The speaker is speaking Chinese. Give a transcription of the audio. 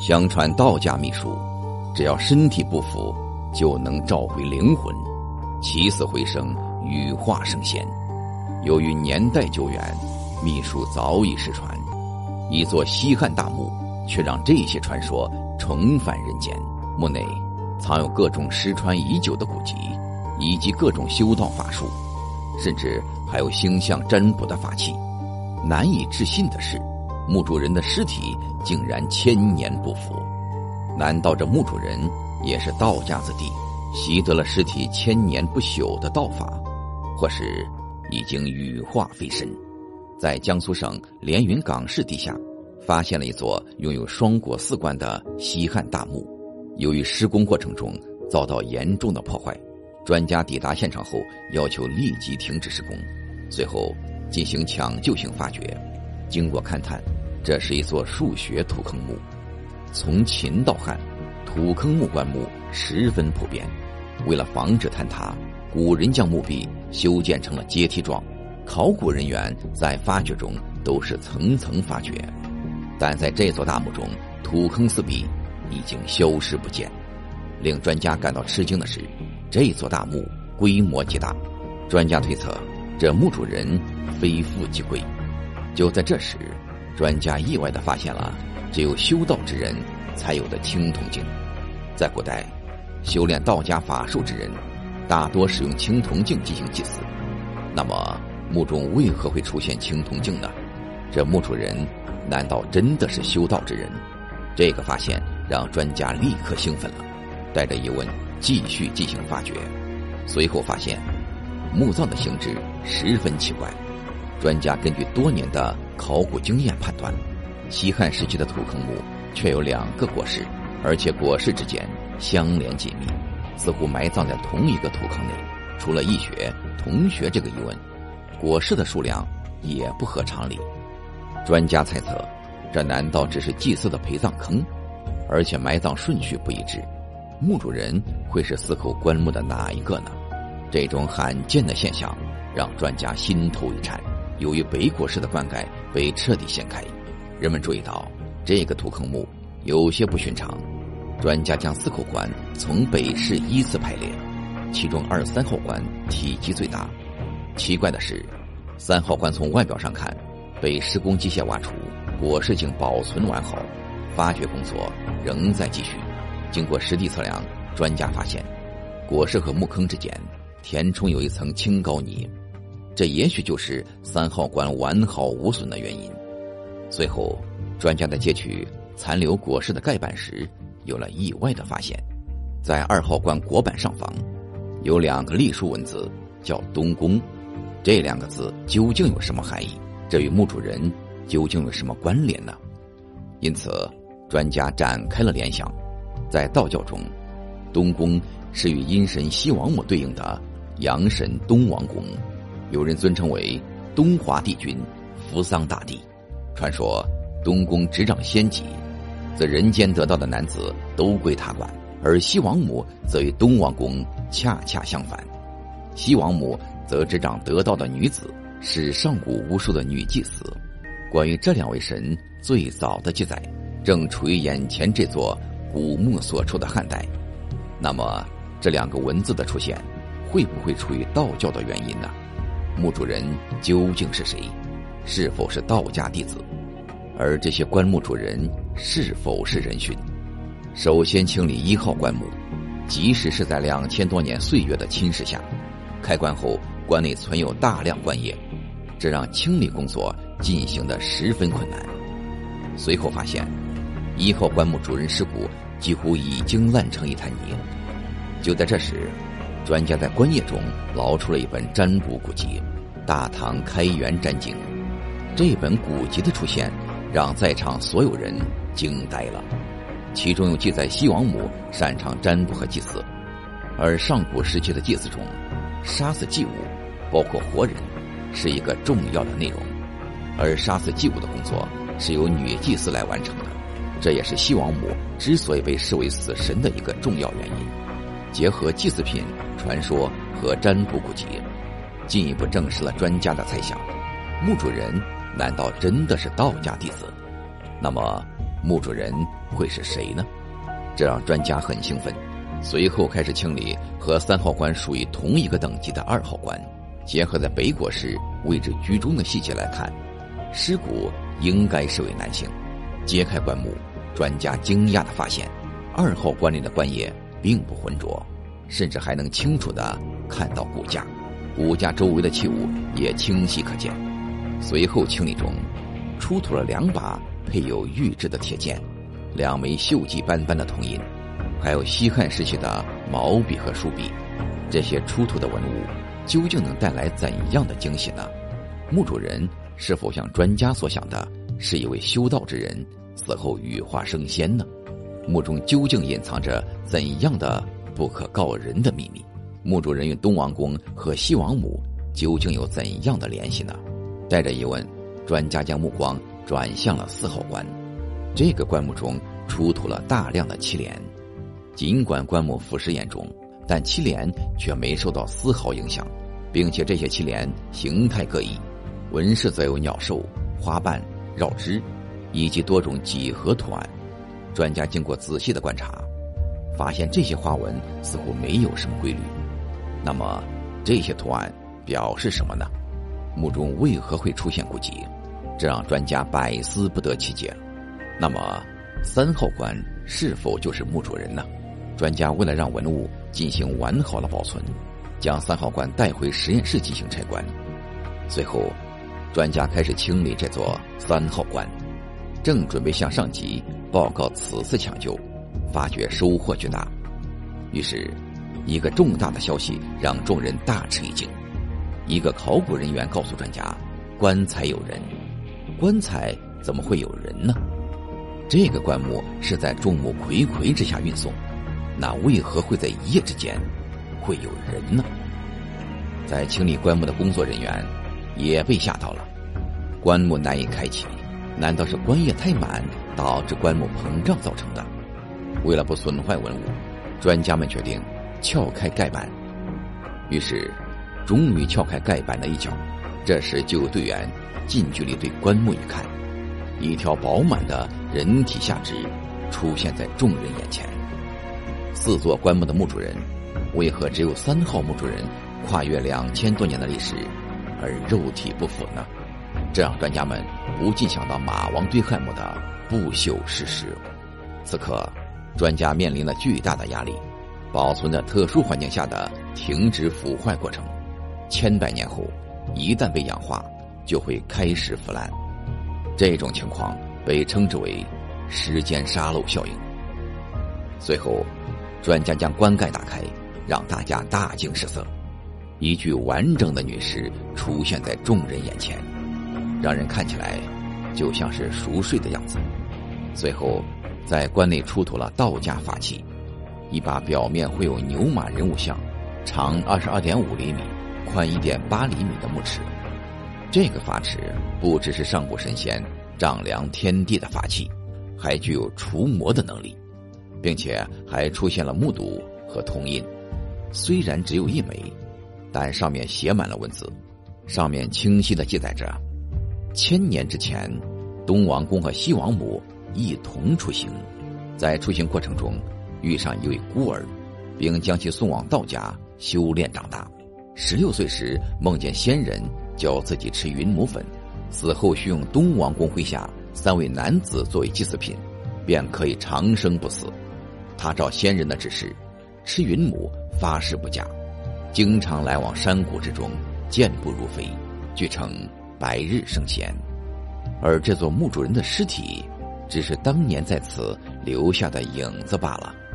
相传道家秘术，只要身体不腐，就能召回灵魂，起死回生，羽化升仙。由于年代久远，秘术早已失传，一座西汉大墓却让这些传说重返人间。墓内藏有各种失传已久的古籍，以及各种修道法术，甚至还有星象占卜的法器。难以置信的是，墓主人的尸体竟然1000年不腐。难道这墓主人也是道家子弟，习得了尸体1000年不朽的道法，或是已经羽化飞身？在江苏省连云港市地下发现了一座拥有双椁4棺的西汉大墓，由于施工过程中遭到严重的破坏，专家抵达现场后要求立即停止施工，随后进行抢救性发掘。经过勘探，这是一座数学土坑墓。从秦到汉，土坑墓棺木十分普遍。为了防止坍塌，古人将墓壁修建成了阶梯状，考古人员在发掘中都是层层发掘。但在这座大墓中，土坑四壁已经消失不见。令专家感到吃惊的是，这座大墓规模极大，专家推测这墓主人非富即贵。就在这时，专家意外地发现了只有修道之人才有的青铜镜。在古代，修炼道家法术之人大多使用青铜镜进行祭祀。那么墓中为何会出现青铜镜呢？这墓主人难道真的是修道之人？这个发现让专家立刻兴奋了，带着疑问继续进行发掘。随后发现墓葬的形制十分奇怪。专家根据多年的考古经验判断，西汉时期的土坑墓却有2个椁室，而且椁室之间相连紧密，似乎埋葬在同一个土坑内。除了易学、同学这个疑问，椁室的数量也不合常理。专家猜测，这难道只是祭祀的陪葬坑？而且埋葬顺序不一致，墓主人会是4口棺木的哪一个呢？这种罕见的现象让专家心头一颤。由于北椁室的棺盖被彻底掀开，人们注意到这个土坑墓有些不寻常。专家将4口棺从北室依次排列，其中2、3号棺体积最大。奇怪的是，3号棺从外表上看被施工机械挖出，椁室竟保存完好，发掘工作仍在继续。经过实地测量，专家发现椁室和墓坑之间填充有一层青膏泥，这也许就是3号棺完好无损的原因。随后，专家在截取残留椁室的盖板时，有了意外的发现。在2号棺椁板上方，有2个隶书文字，叫东宫。这2个字究竟有什么含义？这与墓主人究竟有什么关联呢？因此，专家展开了联想。在道教中，东宫是与阴神西王母对应的阳神东王公，有人尊称为东华帝君、扶桑大帝。传说东宫执掌仙籍，则人间得到的男子都归他管，而西王母则与东王公恰恰相反。西王母则执掌得到的女子，是上古无数的女祭司。关于这2位神最早的记载，正处于眼前这座古墓所处的汉代。那么这2个文字的出现，会不会出于道教的原因呢？墓主人究竟是谁？是否是道家弟子？而这些棺木主人是否是人殉？首先清理1号棺木，即使是在2000多年岁月的侵蚀下，开棺后棺内存有大量棺液，这让清理工作进行得十分困难。随后发现1号棺木主人尸骨几乎已经烂成一滩泥。就在这时，专家在棺液中捞出了一本占卜古籍《大唐开元占经》。这本古籍的出现让在场所有人惊呆了。其中有记载西王母擅长占卜和祭祀，而上古时期的祭祀中，杀死祭物，包括活人，是一个重要的内容，而杀死祭物的工作是由女祭司来完成的，这也是西王母之所以被视为死神的一个重要原因。结合祭祀品、传说和占卜古籍，进一步证实了专家的猜想，墓主人难道真的是道家弟子？那么墓主人会是谁呢？这让专家很兴奋，随后开始清理和3号棺属于同一个等级的2号棺。结合在北果市位置居中的细节来看，尸骨应该是位男性。揭开棺木，专家惊讶地发现2号棺里的棺液并不浑浊，甚至还能清楚地看到骨架，骨架周围的器物也清晰可见。随后清理中出土了2把配有玉质的铁剑，2枚锈迹斑斑的铜印，还有西汉时期的毛笔和书笔。这些出土的文物究竟能带来怎样的惊喜呢？墓主人是否像专家所想的是一位修道之人，死后羽化升仙呢？墓中究竟隐藏着怎样的不可告人的秘密？墓主人与东王公和西王母究竟有怎样的联系呢？带着疑问，专家将目光转向了4号棺。这个棺木中出土了大量的漆莲，尽管棺木腐蚀严重，但漆莲却没受到丝毫影响，并且这些漆莲形态各异，纹饰则有鸟兽、花瓣、绕枝以及多种几何图案。专家经过仔细的观察，发现这些花纹似乎没有什么规律。那么这些图案表示什么呢？墓中为何会出现古籍？这让专家百思不得其解。那么3号棺是否就是墓主人呢？专家为了让文物进行完好的保存，将3号棺带回实验室进行拆棺。随后专家开始清理这座3号棺，正准备向上级报告此次抢救，发觉收获巨大。于是一个重大的消息让众人大吃一惊。一个考古人员告诉专家，棺材有人。棺材怎么会有人呢？这个棺木是在众目睽睽之下运送，那为何会在一夜之间会有人呢？在清理棺木的工作人员也被吓到了，棺木难以开启，难道是棺液太满导致棺木膨胀造成的？为了不损坏文物，专家们决定撬开盖板。于是终于撬开盖板的一角，这时救救队员近距离对棺木一看，一条饱满的人体下肢出现在众人眼前。4座棺木的墓主人为何只有3号墓主人跨越2000多年的历史而肉体不腐呢？这让专家们不禁想到马王堆汉墓的不朽事实。此刻专家面临了巨大的压力，保存在特殊环境下的停止腐坏过程，千百年后一旦被氧化就会开始腐烂。这种情况被称之为时间沙漏效应。随后专家将棺盖打开，让大家大惊失色，一具完整的女尸出现在众人眼前，让人看起来就像是熟睡的样子。随后在棺内出土了道家法器，一把表面绘有牛马人物像，长22.5厘米，宽1.8厘米的木尺。这个法尺不只是上古神仙丈量天地的法器，还具有除魔的能力，并且还出现了木牍和铜印。虽然只有1枚，但上面写满了文字，上面清晰地记载着1000年之前东王公和西王母一同出行，在出行过程中遇上一位孤儿，并将其送往道家修炼长大。16岁时梦见仙人教自己吃云母粉，死后需用东王公麾下3位男子作为祭祀品，便可以长生不死。他照仙人的指示吃云母，发誓不假，经常来往山谷之中，健步如飞，据称白日升仙。而这座墓主人的尸体只是当年在此留下的影子罢了。